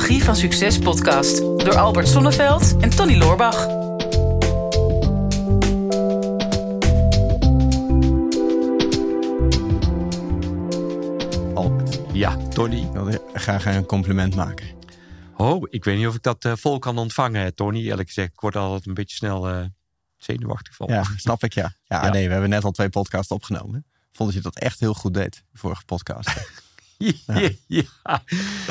Psychologie van Succes podcast door Albert Sonneveld en Tony Loorbach. Albert. Ja, Tony. Ik wilde graag een compliment maken. Oh, ik weet niet of ik dat vol kan ontvangen, Tony. Eerlijk gezegd, ik word altijd een beetje snel zenuwachtig van. Ja, snap ik, ja. Ja. Nee, we hebben net al 2 podcasts opgenomen. Vond dat je dat echt heel goed deed, de vorige podcast. Ja.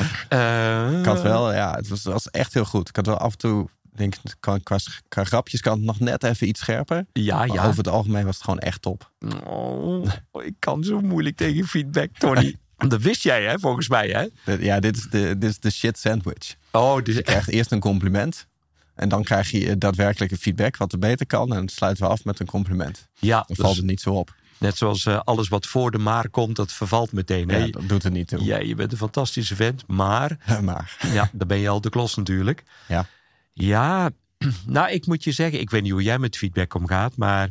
Ik had wel, ja, het was echt heel goed. Ik had wel af en toe, denk ik, qua grapjes kan het nog net even iets scherper. Ja. Maar over het algemeen was het gewoon echt top. Oh, ik kan zo moeilijk tegen feedback, Tony. Dat wist jij, hè, volgens mij, hè? Ja, dit is de shit sandwich. Oh, dus je krijgt eerst een compliment. En dan krijg je daadwerkelijke feedback wat er beter kan. En dan sluiten we af met een compliment. Ja, dan valt het niet zo op. Net zoals alles wat voor de maar komt, dat vervalt meteen. Hè? Ja, dat doet er niet toe. Ja, je bent een fantastische vent, maar... Ja, dan ben je al de klos natuurlijk. Ja, nou, ik moet je zeggen, ik weet niet hoe jij met feedback omgaat, maar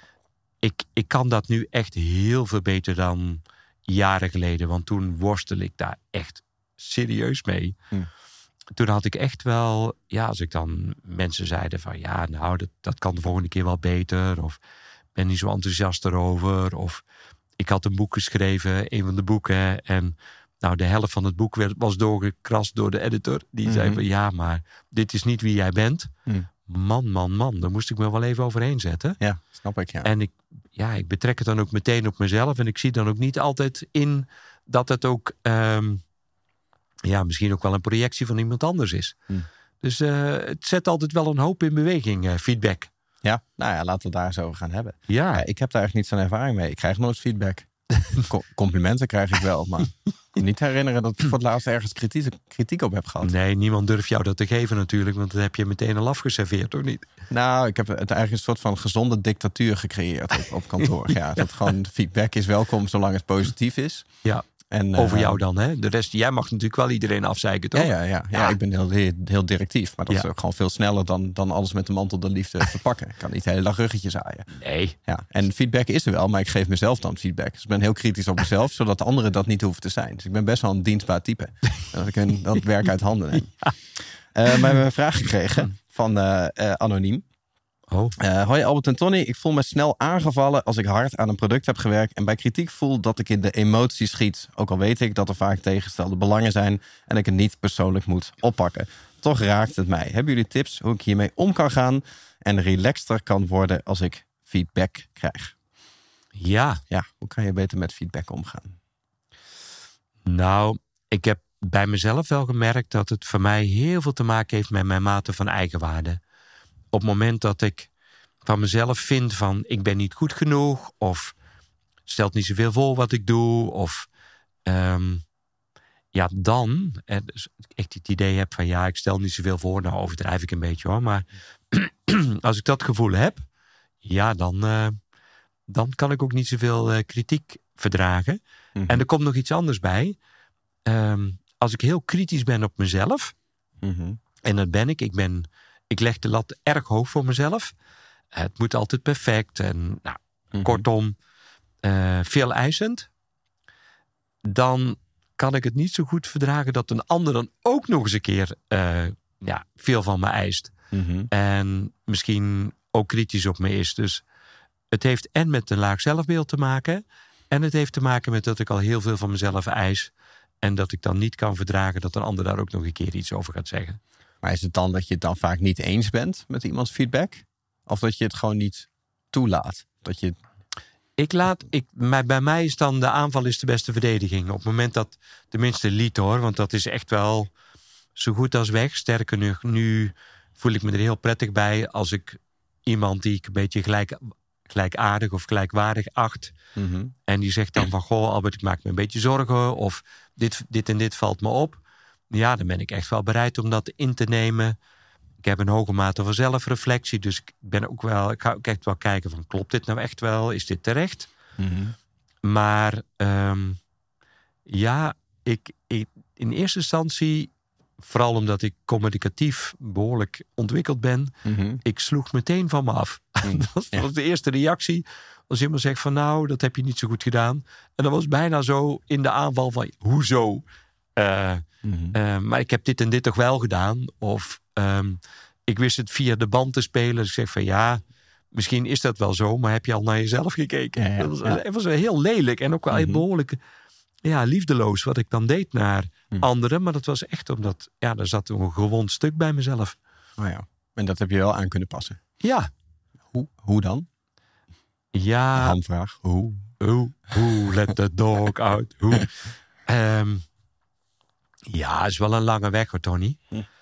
ik kan dat nu echt heel veel beter dan jaren geleden. Want toen worstel ik daar echt serieus mee. Toen had ik echt wel, ja, als ik dan mensen zeiden van, ja, nou, dat kan de volgende keer wel beter, of ben niet zo enthousiast erover, of ik had een boek geschreven, een van de boeken, en nou, de helft van het boek was doorgekrast door de editor. Die zei van, ja, maar dit is niet wie jij bent. Man, daar moest ik me wel even overheen zetten. Ja, snap ik, ja. En ik betrek het dan ook meteen op mezelf, en ik zie dan ook niet altijd in dat het ook misschien ook wel een projectie van iemand anders is. Dus het zet altijd wel een hoop in beweging, feedback. Ja, nou ja, laten we het daar eens over gaan hebben. Ja. Ik heb daar echt niet zo'n ervaring mee. Ik krijg nooit feedback. Complimenten krijg ik wel, maar niet herinneren dat ik voor het laatst ergens kritiek op heb gehad. Nee, niemand durft jou dat te geven natuurlijk, want dat heb je meteen al afgeserveerd, of niet? Nou, ik heb het eigenlijk een soort van gezonde dictatuur gecreëerd op kantoor. Ja, dat gewoon feedback is welkom zolang het positief is. Ja. En, over jou dan, hè? De rest, jij mag natuurlijk wel iedereen afzeiken, toch? Ja, ik ben heel directief. Maar dat is ook gewoon veel sneller dan alles met de mantel de liefde verpakken. Ik kan niet de hele dag ruggetjes aaien. Nee. Ja, en feedback is er wel, maar ik geef mezelf dan feedback. Dus ik ben heel kritisch op mezelf, zodat de anderen dat niet hoeven te zijn. Dus ik ben best wel een dienstbaar type. Dat ik dat werk uit handen neem. Maar we hebben een vraag gekregen van Anoniem. Hoi Albert en Tony, ik voel me snel aangevallen als ik hard aan een product heb gewerkt en bij kritiek voel dat ik in de emotie schiet. Ook al weet ik dat er vaak tegenstelde belangen zijn en ik het niet persoonlijk moet oppakken. Toch raakt het mij. Hebben jullie tips hoe ik hiermee om kan gaan en relaxter kan worden als ik feedback krijg? Ja, hoe kan je beter met feedback omgaan? Nou, ik heb bij mezelf wel gemerkt dat het voor mij heel veel te maken heeft met mijn mate van eigenwaarde. Op het moment dat ik van mezelf vind van ik ben niet goed genoeg, of stelt niet zoveel voor wat ik doe, of dan dus echt het idee heb van ik stel niet zoveel voor, nou overdrijf ik een beetje hoor, maar als ik dat gevoel heb, dan kan ik ook niet zoveel kritiek verdragen. En er komt nog iets anders bij. Als ik heel kritisch ben op mezelf, en dat ben ik leg de lat erg hoog voor mezelf. Het moet altijd perfect. En kortom, veel eisend. Dan kan ik het niet zo goed verdragen dat een ander dan ook nog eens een keer veel van me eist. En misschien ook kritisch op me is. Dus het heeft en met een laag zelfbeeld te maken. En het heeft te maken met dat ik al heel veel van mezelf eis. En dat ik dan niet kan verdragen dat een ander daar ook nog een keer iets over gaat zeggen. Maar is het dan dat je het dan vaak niet eens bent met iemands feedback? Of dat je het gewoon niet toelaat? Bij mij is dan de aanval is de beste verdediging. Op het moment dat, tenminste lied hoor, want dat is echt wel zo goed als weg. Sterker nu voel ik me er heel prettig bij als ik iemand die ik een beetje gelijkaardig of gelijkwaardig acht. En die zegt dan van, goh Albert, ik maak me een beetje zorgen. Of dit en dit valt me op. Ja, dan ben ik echt wel bereid om dat in te nemen. Ik heb een hoge mate van zelfreflectie. Dus ik ga ook echt wel kijken van, klopt dit nou echt wel? Is dit terecht? Maar ik in eerste instantie, vooral omdat ik communicatief behoorlijk ontwikkeld ben, ik sloeg meteen van me af. Dat was de eerste reactie. Als iemand zegt van, nou, dat heb je niet zo goed gedaan. En dat was bijna zo in de aanval van, hoezo? Maar ik heb dit en dit toch wel gedaan. Of ik wist het via de band te spelen. Dus ik zeg van ja, misschien is dat wel zo. Maar heb je al naar jezelf gekeken? Ja. Dat was heel lelijk. En ook wel behoorlijk liefdeloos wat ik dan deed naar anderen. Maar dat was echt omdat er zat een gewond stuk bij mezelf. Oh ja. En dat heb je wel aan kunnen passen? Ja. Hoe dan? Ja. Hamvraag. Hoe? Let the dog out. Hoe? Ja, het is wel een lange weg hoor, Tony.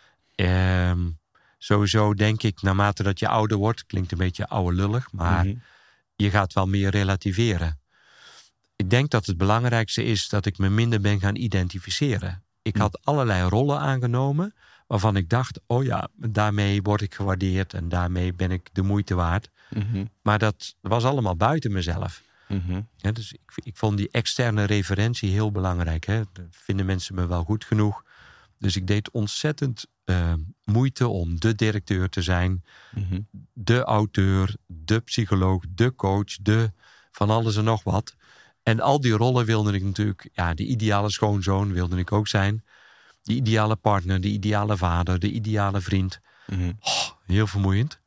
Sowieso denk ik, naarmate dat je ouder wordt, klinkt een beetje oude lullig, maar je gaat wel meer relativeren. Ik denk dat het belangrijkste is dat ik me minder ben gaan identificeren. Ik had allerlei rollen aangenomen waarvan ik dacht, oh ja, daarmee word ik gewaardeerd en daarmee ben ik de moeite waard. Maar dat was allemaal buiten mezelf. Ja, dus ik vond die externe referentie heel belangrijk. Hè. Vinden mensen me wel goed genoeg? Dus ik deed ontzettend moeite om de directeur te zijn. De auteur, de psycholoog, de coach, de van alles en nog wat. En al die rollen wilde ik natuurlijk... Ja, de ideale schoonzoon wilde ik ook zijn. De ideale partner, de ideale vader, de ideale vriend. Heel vermoeiend.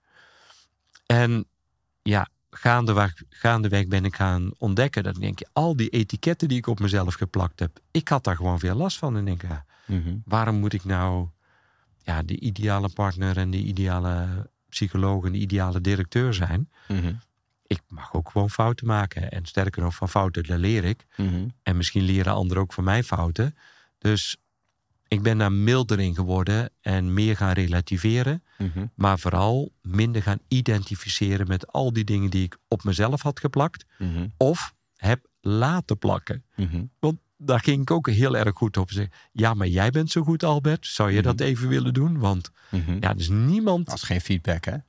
En ja, gaandeweg ben ik gaan ontdekken dat ik denk, al die etiketten die ik op mezelf geplakt heb, ik had daar gewoon veel last van. En denk, waarom moet ik nou de ideale partner en de ideale psycholoog en de ideale directeur zijn? Ik mag ook gewoon fouten maken. En sterker nog, van fouten, daar leer ik. En misschien leren anderen ook van mijn fouten. Dus ik ben daar milder in geworden en meer gaan relativeren. Maar vooral minder gaan identificeren met al die dingen die ik op mezelf had geplakt. Of heb laten plakken. Want daar ging ik ook heel erg goed op. Zeggen, ja, maar jij bent zo goed, Albert. Zou je dat even willen doen? Want dus niemand... Dat is geen feedback, hè?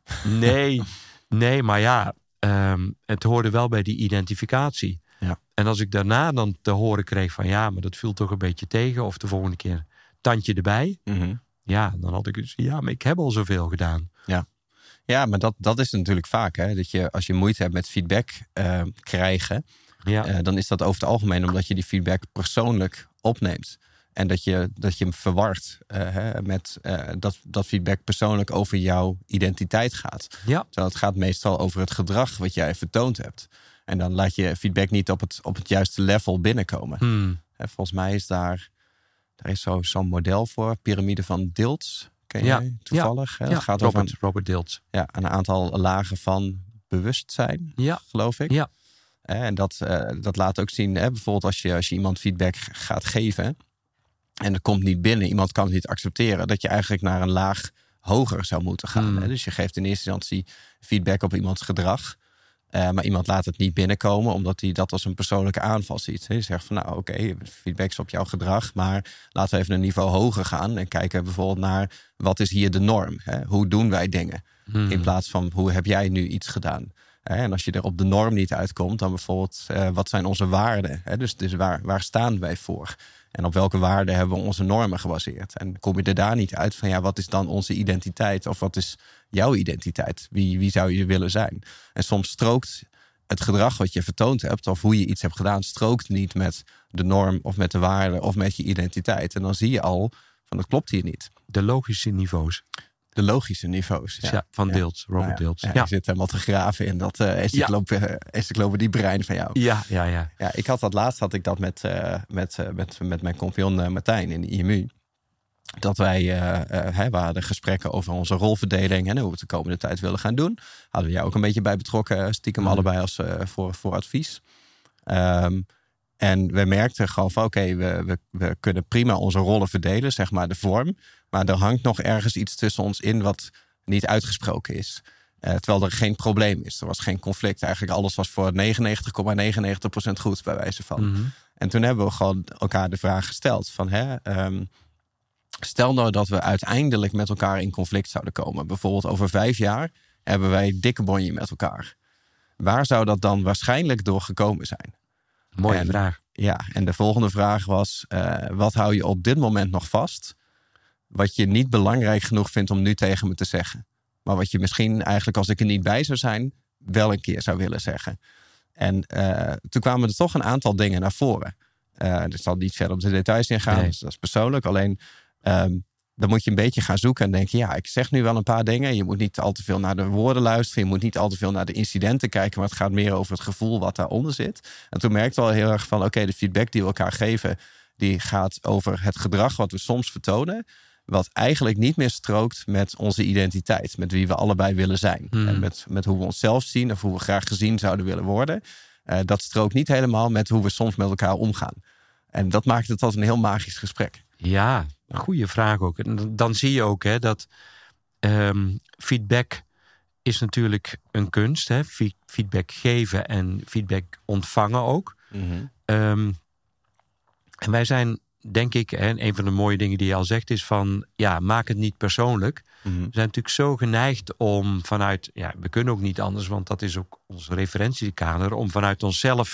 Nee, maar ja, het hoorde wel bij die identificatie. Ja. En als ik daarna dan te horen kreeg van ja, maar dat viel toch een beetje tegen. Of de volgende keer tandje erbij. Ja, dan had ik dus, maar ik heb al zoveel gedaan. Ja, maar dat is natuurlijk vaak, hè? Dat je, als je moeite hebt met feedback krijgen, dan is dat over het algemeen omdat je die feedback persoonlijk opneemt. En dat je hem verwart met dat feedback persoonlijk over jouw identiteit gaat. Terwijl het gaat meestal over het gedrag wat jij vertoond hebt. En dan laat je feedback niet op het juiste level binnenkomen. Volgens mij is daar is zo'n model voor, piramide van Dilts. Ken jij toevallig? Ja, het gaat Robert Dilts. Ja, een aantal lagen van bewustzijn, geloof ik. Ja. En dat laat ook zien, bijvoorbeeld als je iemand feedback gaat geven en er komt niet binnen, iemand kan het niet accepteren, dat je eigenlijk naar een laag hoger zou moeten gaan. Dus je geeft in eerste instantie feedback op iemands gedrag. Maar iemand laat het niet binnenkomen, omdat hij dat als een persoonlijke aanval ziet. Je zegt van oké, feedback is op jouw gedrag, maar laten we even een niveau hoger gaan en kijken bijvoorbeeld naar wat is hier de norm? Hoe doen wij dingen? In plaats van hoe heb jij nu iets gedaan? En als je er op de norm niet uitkomt, dan bijvoorbeeld wat zijn onze waarden? Dus waar staan wij voor? En op welke waarden hebben we onze normen gebaseerd? En kom je er daar niet uit van wat is dan onze identiteit? Of wat is jouw identiteit? Wie zou je willen zijn? En soms strookt het gedrag wat je vertoond hebt, of hoe je iets hebt gedaan, strookt niet met de norm of met de waarden of met je identiteit. En dan zie je al van dat klopt hier niet. De logische niveaus. De logische niveaus. Van Dilts, Robert Dilts. Je zit helemaal te graven in dat encyclopedie brein van jou. Ja. Ik had dat laatst met mijn compagnon Martijn in de IMU. Dat wij we hadden gesprekken over onze rolverdeling en hoe we het de komende tijd willen gaan doen. Hadden we jou ook een beetje bij betrokken, stiekem allebei als voor advies. En we merkten gewoon van we kunnen prima onze rollen verdelen, zeg maar de vorm. Maar er hangt nog ergens iets tussen ons in wat niet uitgesproken is. Terwijl er geen probleem is. Er was geen conflict. Eigenlijk alles was voor 99,99% goed, bij wijze van. En toen hebben we gewoon elkaar de vraag gesteld van stel nou dat we uiteindelijk met elkaar in conflict zouden komen. Bijvoorbeeld over 5 jaar hebben wij dikke bonje met elkaar. Waar zou dat dan waarschijnlijk door gekomen zijn? Mooie vraag. Ja, en de volgende vraag was, wat hou je op dit moment nog vast? Wat je niet belangrijk genoeg vindt om nu tegen me te zeggen. Maar wat je misschien eigenlijk, als ik er niet bij zou zijn, wel een keer zou willen zeggen. En toen kwamen er toch een aantal dingen naar voren. Ik zal niet verder op de details ingaan, dus dat is persoonlijk. Alleen, dan moet je een beetje gaan zoeken en denken... ja, ik zeg nu wel een paar dingen. Je moet niet al te veel naar de woorden luisteren. Je moet niet al te veel naar de incidenten kijken... maar het gaat meer over het gevoel wat daaronder zit. En toen merkte ik al heel erg van... oké, de feedback die we elkaar geven... die gaat over het gedrag wat we soms vertonen... wat eigenlijk niet meer strookt met onze identiteit. Met wie we allebei willen zijn. En met hoe we onszelf zien... of hoe we graag gezien zouden willen worden. Dat strookt niet helemaal met hoe we soms met elkaar omgaan. En dat maakt het tot een heel magisch gesprek. Ja, goede vraag ook. En dan zie je ook dat feedback is natuurlijk een kunst. Hè? Feedback geven en feedback ontvangen ook. En wij zijn, denk ik, een van de mooie dingen die je al zegt is van... ja, maak het niet persoonlijk. We zijn natuurlijk zo geneigd om vanuit... ja, we kunnen ook niet anders, want dat is ook ons referentiekader... om vanuit onszelf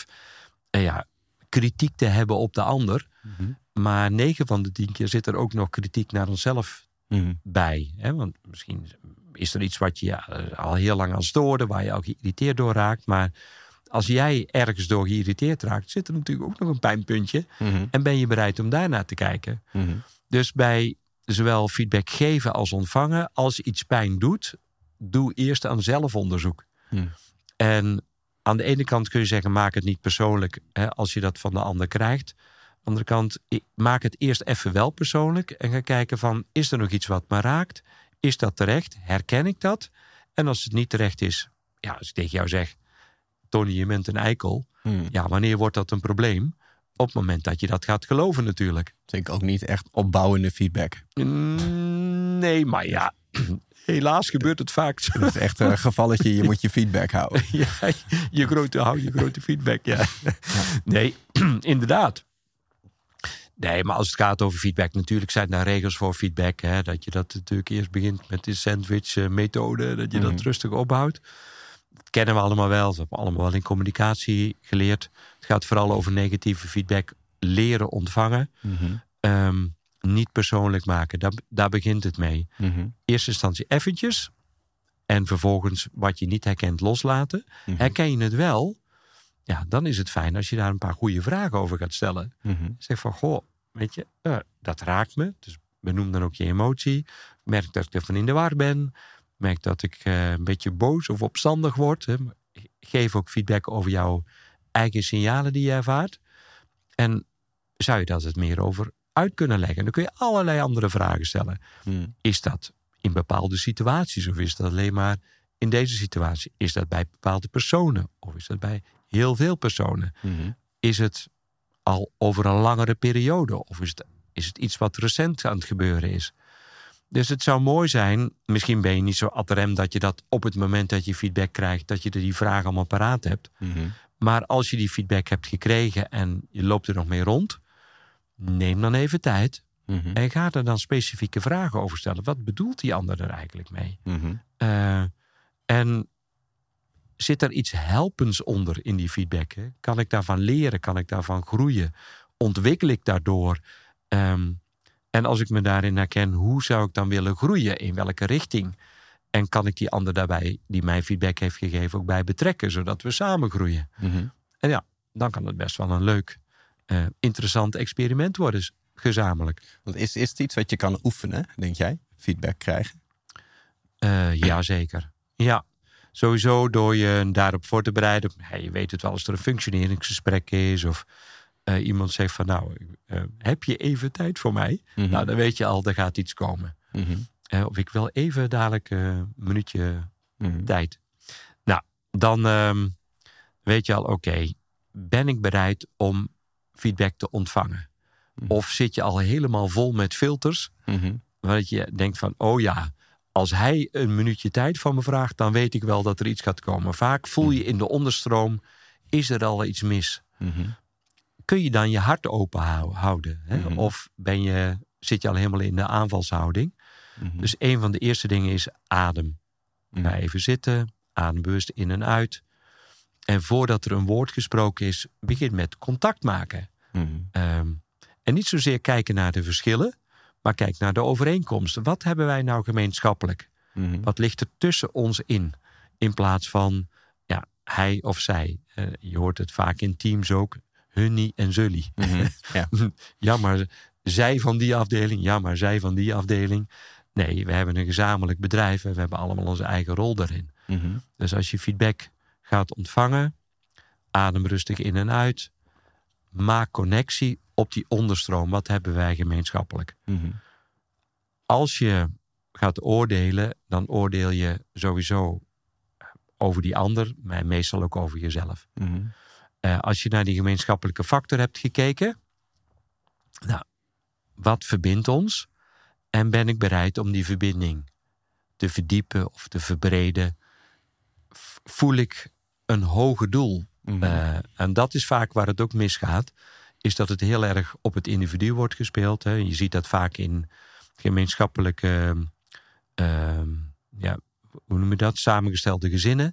kritiek te hebben op de ander... Maar 9 van de 10 keer zit er ook nog kritiek naar onszelf bij. Hè? Want misschien is er iets wat je al heel lang aan stoorde... waar je al geïrriteerd door raakt. Maar als jij ergens door geïrriteerd raakt... zit er natuurlijk ook nog een pijnpuntje. En ben je bereid om daarnaar te kijken. Dus bij zowel feedback geven als ontvangen... als je iets pijn doet, doe eerst aan zelfonderzoek. En aan de ene kant kun je zeggen... maak het niet persoonlijk als je dat van de ander krijgt... Aan de andere kant, maak het eerst even wel persoonlijk... en ga kijken van, is er nog iets wat me raakt? Is dat terecht? Herken ik dat? En als het niet terecht is... ja, als ik tegen jou zeg... Tony, je bent een eikel. Ja, wanneer wordt dat een probleem? Op het moment dat je dat gaat geloven natuurlijk. Dat vind ik ook niet echt opbouwende feedback. Nee, maar ja... Helaas gebeurt het vaak. Dat is echt een gevalletje, je moet je feedback houden. Ja, je grote feedback, ja. Nee, inderdaad. Nee, maar als het gaat over feedback... natuurlijk zijn daar regels voor feedback. Hè, dat je dat natuurlijk eerst begint met de sandwich-methode. Dat je dat rustig opbouwt. Dat kennen we allemaal wel. Dat hebben we allemaal wel in communicatie geleerd. Het gaat vooral over negatieve feedback. Leren ontvangen. Niet persoonlijk maken. Daar begint het mee. Eerste instantie eventjes. En vervolgens wat je niet herkent loslaten. Herken je het wel... ja, dan is het fijn als je daar een paar goede vragen over gaat stellen. Zeg van, goh, weet je, dat raakt me. Dus benoem dan ook je emotie. Merk dat ik ervan in de war ben. Merk dat ik een beetje boos of opstandig word. Geef ook feedback over jouw eigen signalen die je ervaart. En zou je daar het meer over uit kunnen leggen? Dan kun je allerlei andere vragen stellen. Is dat in bepaalde situaties? Of is dat alleen maar in deze situatie? Is dat bij bepaalde personen? Of is dat bij heel veel personen? Is het al over een langere periode? Of is het iets wat recent aan het gebeuren is? Dus het zou mooi zijn, misschien ben je niet zo ad rem... dat je dat op het moment dat je feedback krijgt... dat je die vragen allemaal paraat hebt. Maar als je die feedback hebt gekregen... en je loopt er nog mee rond... neem dan even tijd... en ga er dan specifieke vragen over stellen. Wat bedoelt die ander er eigenlijk mee? En zit er iets helpends onder in die feedback? Hè? Kan ik daarvan leren? Kan ik daarvan groeien? Ontwikkel ik daardoor? En als ik me daarin herken, hoe zou ik dan willen groeien? In welke richting? En kan ik die ander daarbij, die mij feedback heeft gegeven, ook bij betrekken, zodat we samen groeien? En ja, dan kan het best wel een leuk, interessant experiment worden, gezamenlijk. Want is het iets wat je kan oefenen, denk jij? Feedback krijgen? Ja, zeker. Ja. Sowieso door je daarop voor te bereiden. Je weet het wel als er een functioneringsgesprek is. Of iemand zegt van nou, heb je even tijd voor mij? Nou, dan weet je al, er gaat iets komen. Of ik wil even dadelijk een minuutje tijd. Nou, dan weet je al, oké, ben ik bereid om feedback te ontvangen? Of zit je al helemaal vol met filters? Waar je denkt van, oh ja, als hij een minuutje tijd van me vraagt, dan weet ik wel dat er iets gaat komen. Vaak voel je in de onderstroom, is er al iets mis? Kun je dan je hart open houden? Hè? Of zit je al helemaal in de aanvalshouding? Dus een van de eerste dingen is adem. Ga even zitten, adem bewust in en uit. En voordat er een woord gesproken is, begin met contact maken. En niet zozeer kijken naar de verschillen, maar kijk naar de overeenkomsten. Wat hebben wij nou gemeenschappelijk? Wat ligt er tussen ons in? In plaats van hij of zij. Je hoort het vaak in teams ook. hunnie en zullie. Mm-hmm. Ja. Ja, maar zij van die afdeling. Ja, maar zij van die afdeling. Nee, we hebben een gezamenlijk bedrijf. En we hebben allemaal onze eigen rol daarin. Mm-hmm. Dus als je feedback gaat ontvangen, adem rustig in en uit. Maak connectie op die onderstroom. Wat hebben wij gemeenschappelijk? Mm-hmm. Als je gaat oordelen, dan oordeel je sowieso over die ander, maar meestal ook over jezelf. Mm-hmm. Als je naar die gemeenschappelijke factor hebt gekeken, nou, wat verbindt ons? En ben ik bereid om die verbinding te verdiepen of te verbreden? Voel ik een hoger doel? Mm-hmm. En dat is vaak waar het ook misgaat, is dat het heel erg op het individu wordt gespeeld. Hè. Je ziet dat vaak in gemeenschappelijke, hoe noem je dat? Samengestelde gezinnen.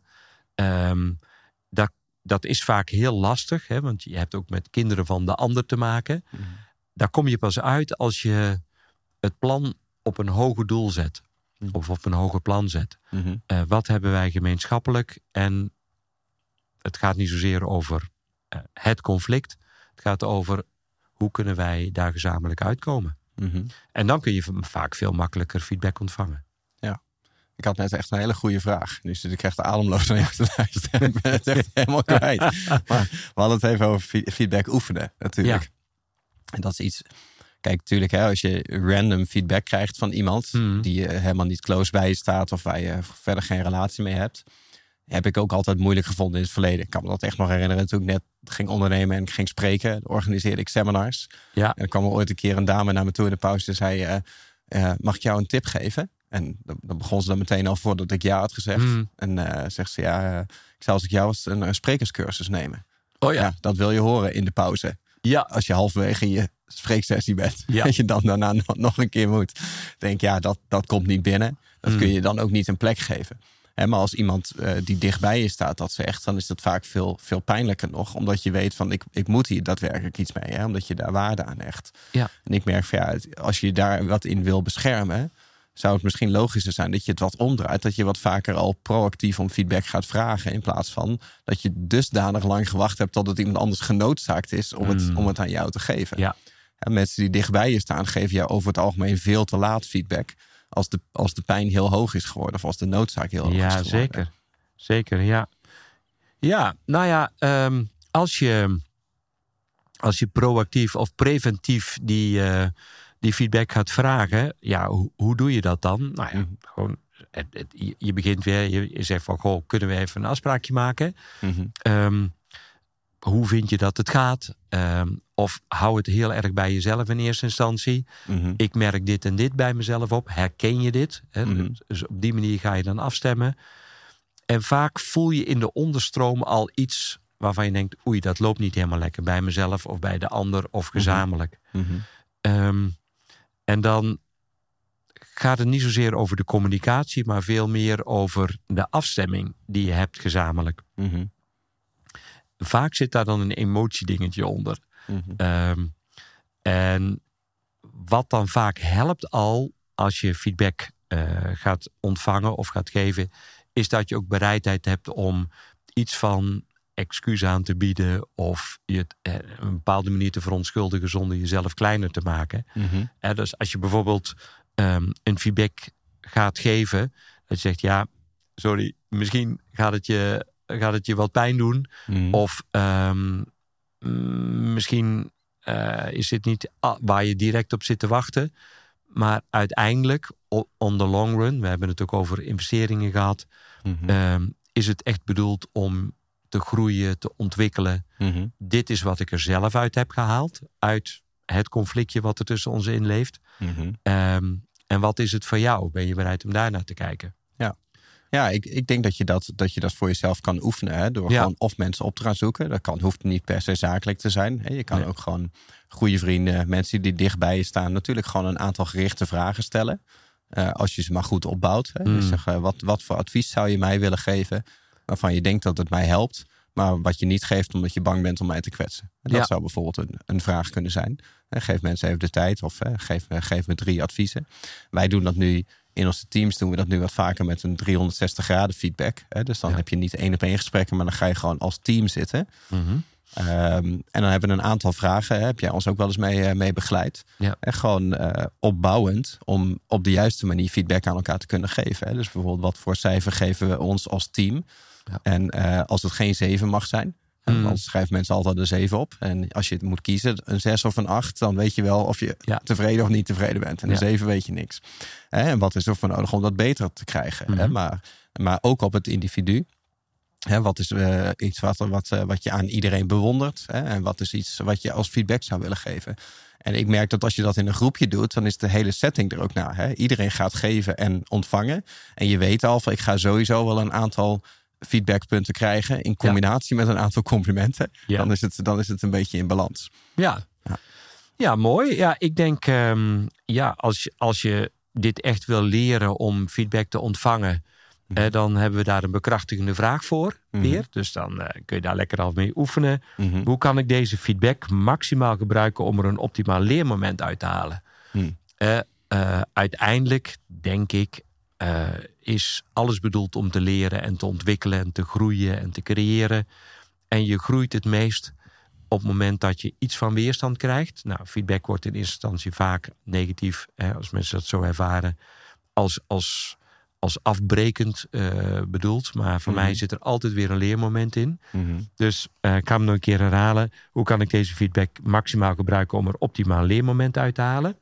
Dat is vaak heel lastig, hè, want je hebt ook met kinderen van de ander te maken. Mm-hmm. Daar kom je pas uit als je het plan op een hoger doel zet. Mm-hmm. Of op een hoger plan zet. Mm-hmm. Wat hebben wij gemeenschappelijk? En het gaat niet zozeer over het conflict. Het gaat over hoe kunnen wij daar gezamenlijk uitkomen. Mm-hmm. En dan kun je vaak veel makkelijker feedback ontvangen. Ja. Ik had net echt een hele goede vraag. Nu zit ik echt ademloos naar jou te luisteren. Ik ben het echt helemaal kwijt. Maar we hadden het even over feedback oefenen natuurlijk. Ja. En dat is iets... Kijk, natuurlijk, hè, als je random feedback krijgt van iemand die helemaal niet close bij je staat of waar je verder geen relatie mee hebt, heb ik ook altijd moeilijk gevonden in het verleden. Ik kan me dat echt nog herinneren toen ik net ging ondernemen en ik ging spreken. Dan organiseerde ik seminars. Ja. En er kwam er ooit een keer een dame naar me toe in de pauze en zei, mag ik jou een tip geven? En dan begon ze dan meteen al voordat ik ja had gezegd. En zegt ze, ik zou als ik jou was een sprekerscursus nemen. Oh ja. Ja, dat wil je horen in de pauze. Ja. Als je halverwege in je spreeksessie bent. Ja. Dat je dan daarna nog een keer moet. Denk dat komt niet binnen. Dat kun je dan ook niet een plek geven. Maar als iemand die dichtbij je staat dat zegt, dan is dat vaak veel, veel pijnlijker nog. Omdat je weet van ik moet hier daadwerkelijk iets mee. Hè? Omdat je daar waarde aan hecht. Ja. En ik merk van als je daar wat in wil beschermen, zou het misschien logischer zijn dat je het wat omdraait. Dat je wat vaker al proactief om feedback gaat vragen. In plaats van dat je dusdanig lang gewacht hebt totdat iemand anders genoodzaakt is om het aan jou te geven. Ja. En mensen die dichtbij je staan geven jou over het algemeen veel te laat feedback. Als de pijn heel hoog is geworden of als de noodzaak heel hoog is geworden. Ja, zeker. Zeker, ja. Ja, nou ja, als je proactief of preventief die feedback gaat vragen, ja, hoe doe je dat dan? Nou ja, gewoon, je begint weer, je zegt van, goh, kunnen we even een afspraakje maken? Mm-hmm. Hoe vind je dat het gaat? Of hou het heel erg bij jezelf in eerste instantie. Mm-hmm. Ik merk dit en dit bij mezelf op. Herken je dit? Hè? Mm-hmm. Dus op die manier ga je dan afstemmen. En vaak voel je in de onderstroom al iets waarvan je denkt, oei, dat loopt niet helemaal lekker bij mezelf of bij de ander of gezamenlijk. Mm-hmm. En dan gaat het niet zozeer over de communicatie, maar veel meer over de afstemming die je hebt gezamenlijk. Mm-hmm. Vaak zit daar dan een emotiedingetje onder. Mm-hmm. En wat dan vaak helpt al als je feedback gaat ontvangen of gaat geven, is dat je ook bereidheid hebt om iets van excuus aan te bieden of je het op een bepaalde manier te verontschuldigen zonder jezelf kleiner te maken. Mm-hmm. Dus als je bijvoorbeeld een feedback gaat geven, dat je zegt, ja, sorry, misschien gaat het je wat pijn doen. Mm-hmm. Of misschien is dit niet waar je direct op zit te wachten. Maar uiteindelijk, on the long run, we hebben het ook over investeringen gehad, Mm-hmm. is het echt bedoeld om te groeien, te ontwikkelen. Mm-hmm. Dit is wat ik er zelf uit heb gehaald, uit het conflictje wat er tussen ons in leeft. Mm-hmm. En wat is het voor jou? Ben je bereid om daar naar te kijken? Ja, ik denk dat je dat voor jezelf kan oefenen. Hè, door gewoon of mensen op te gaan zoeken. Dat hoeft niet per se zakelijk te zijn. Hè. Je kan ook gewoon goede vrienden, mensen die dichtbij je staan, natuurlijk gewoon een aantal gerichte vragen stellen. Als je ze maar goed opbouwt. Hè. Dus zeg, wat voor advies zou je mij willen geven waarvan je denkt dat het mij helpt, maar wat je niet geeft omdat je bang bent om mij te kwetsen. En dat zou bijvoorbeeld een vraag kunnen zijn. Geef mensen even de tijd of geef me 3 adviezen. Wij doen dat nu. In onze teams doen we dat nu wat vaker met een 360 graden feedback. Dus dan heb je niet 1-op-1 gesprekken, maar dan ga je gewoon als team zitten. Mm-hmm. En dan hebben we een aantal vragen. Heb jij ons ook wel eens mee begeleid? Ja. En gewoon opbouwend om op de juiste manier feedback aan elkaar te kunnen geven. Hè? Dus bijvoorbeeld wat voor cijfer geven we ons als team? Ja. En als het geen 7 mag zijn. Dan schrijven mensen altijd een 7 op. En als je het moet kiezen, een 6 of een 8... dan weet je wel of je tevreden of niet tevreden bent. En een 7 weet je niks. En wat is er voor nodig om dat beter te krijgen? Maar ook op het individu. Wat is iets wat je aan iedereen bewondert? En wat is iets wat je als feedback zou willen geven? En ik merk dat als je dat in een groepje doet, dan is de hele setting er ook naar. Iedereen gaat geven en ontvangen. En je weet al van, ik ga sowieso wel een aantal feedbackpunten krijgen in combinatie met een aantal complimenten. Ja. Dan is het een beetje in balans. Ja, mooi. Ja, ik denk, als je dit echt wil leren om feedback te ontvangen, dan hebben we daar een bekrachtigende vraag voor weer. Dus dan kun je daar lekker al mee oefenen. Hoe kan ik deze feedback maximaal gebruiken om er een optimaal leermoment uit te halen? Uiteindelijk, denk ik, is alles bedoeld om te leren en te ontwikkelen en te groeien en te creëren. En je groeit het meest op het moment dat je iets van weerstand krijgt. Nou, feedback wordt in eerste instantie vaak negatief, als mensen dat zo ervaren, als afbrekend bedoeld. Maar voor mij zit er altijd weer een leermoment in. Dus ik ga hem nog een keer herhalen. Hoe kan ik deze feedback maximaal gebruiken om er optimaal leermoment uit te halen?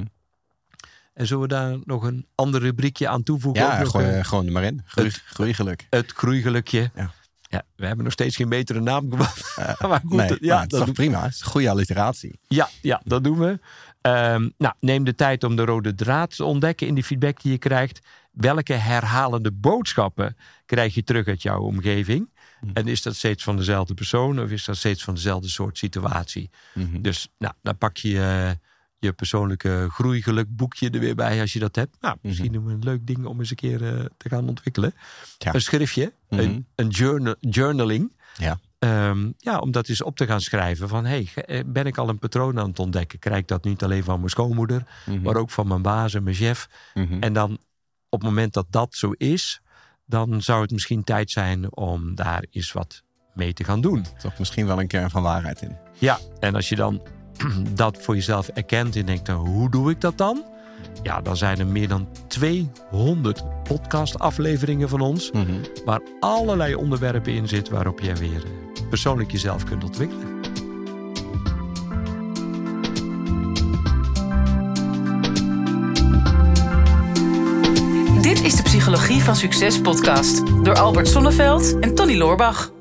En zullen we daar nog een ander rubriekje aan toevoegen? Ja, gewoon er maar in. Groeigeluk. Het groeigelukje. Ja, we hebben nog steeds geen betere naam gemaakt. Maar goed, nee, het is toch prima. Het is een goede alliteratie. Ja, dat doen we. Neem de tijd om de rode draad te ontdekken in die feedback die je krijgt. Welke herhalende boodschappen krijg je terug uit jouw omgeving? En is dat steeds van dezelfde persoon of is dat steeds van dezelfde soort situatie? Dus dan pak je je persoonlijke groeigelukboekje er weer bij als je dat hebt. Nou, misschien doen we een leuk ding om eens een keer te gaan ontwikkelen. Ja. Een schriftje, een journaling. Om dat eens op te gaan schrijven van, ben ik al een patroon aan het ontdekken? Krijg ik dat niet alleen van mijn schoonmoeder, maar ook van mijn baas en mijn chef? En dan op het moment dat dat zo is, dan zou het misschien tijd zijn om daar eens wat mee te gaan doen. Toch misschien wel een kern van waarheid in. Ja, en als je dan dat voor jezelf erkent en denkt, hoe doe ik dat dan? Ja, dan zijn er meer dan 200 podcastafleveringen van ons, waar allerlei onderwerpen in zitten waarop jij weer persoonlijk jezelf kunt ontwikkelen. Dit is de Psychologie van Succes podcast door Albert Sonneveld en Tony Loorbach.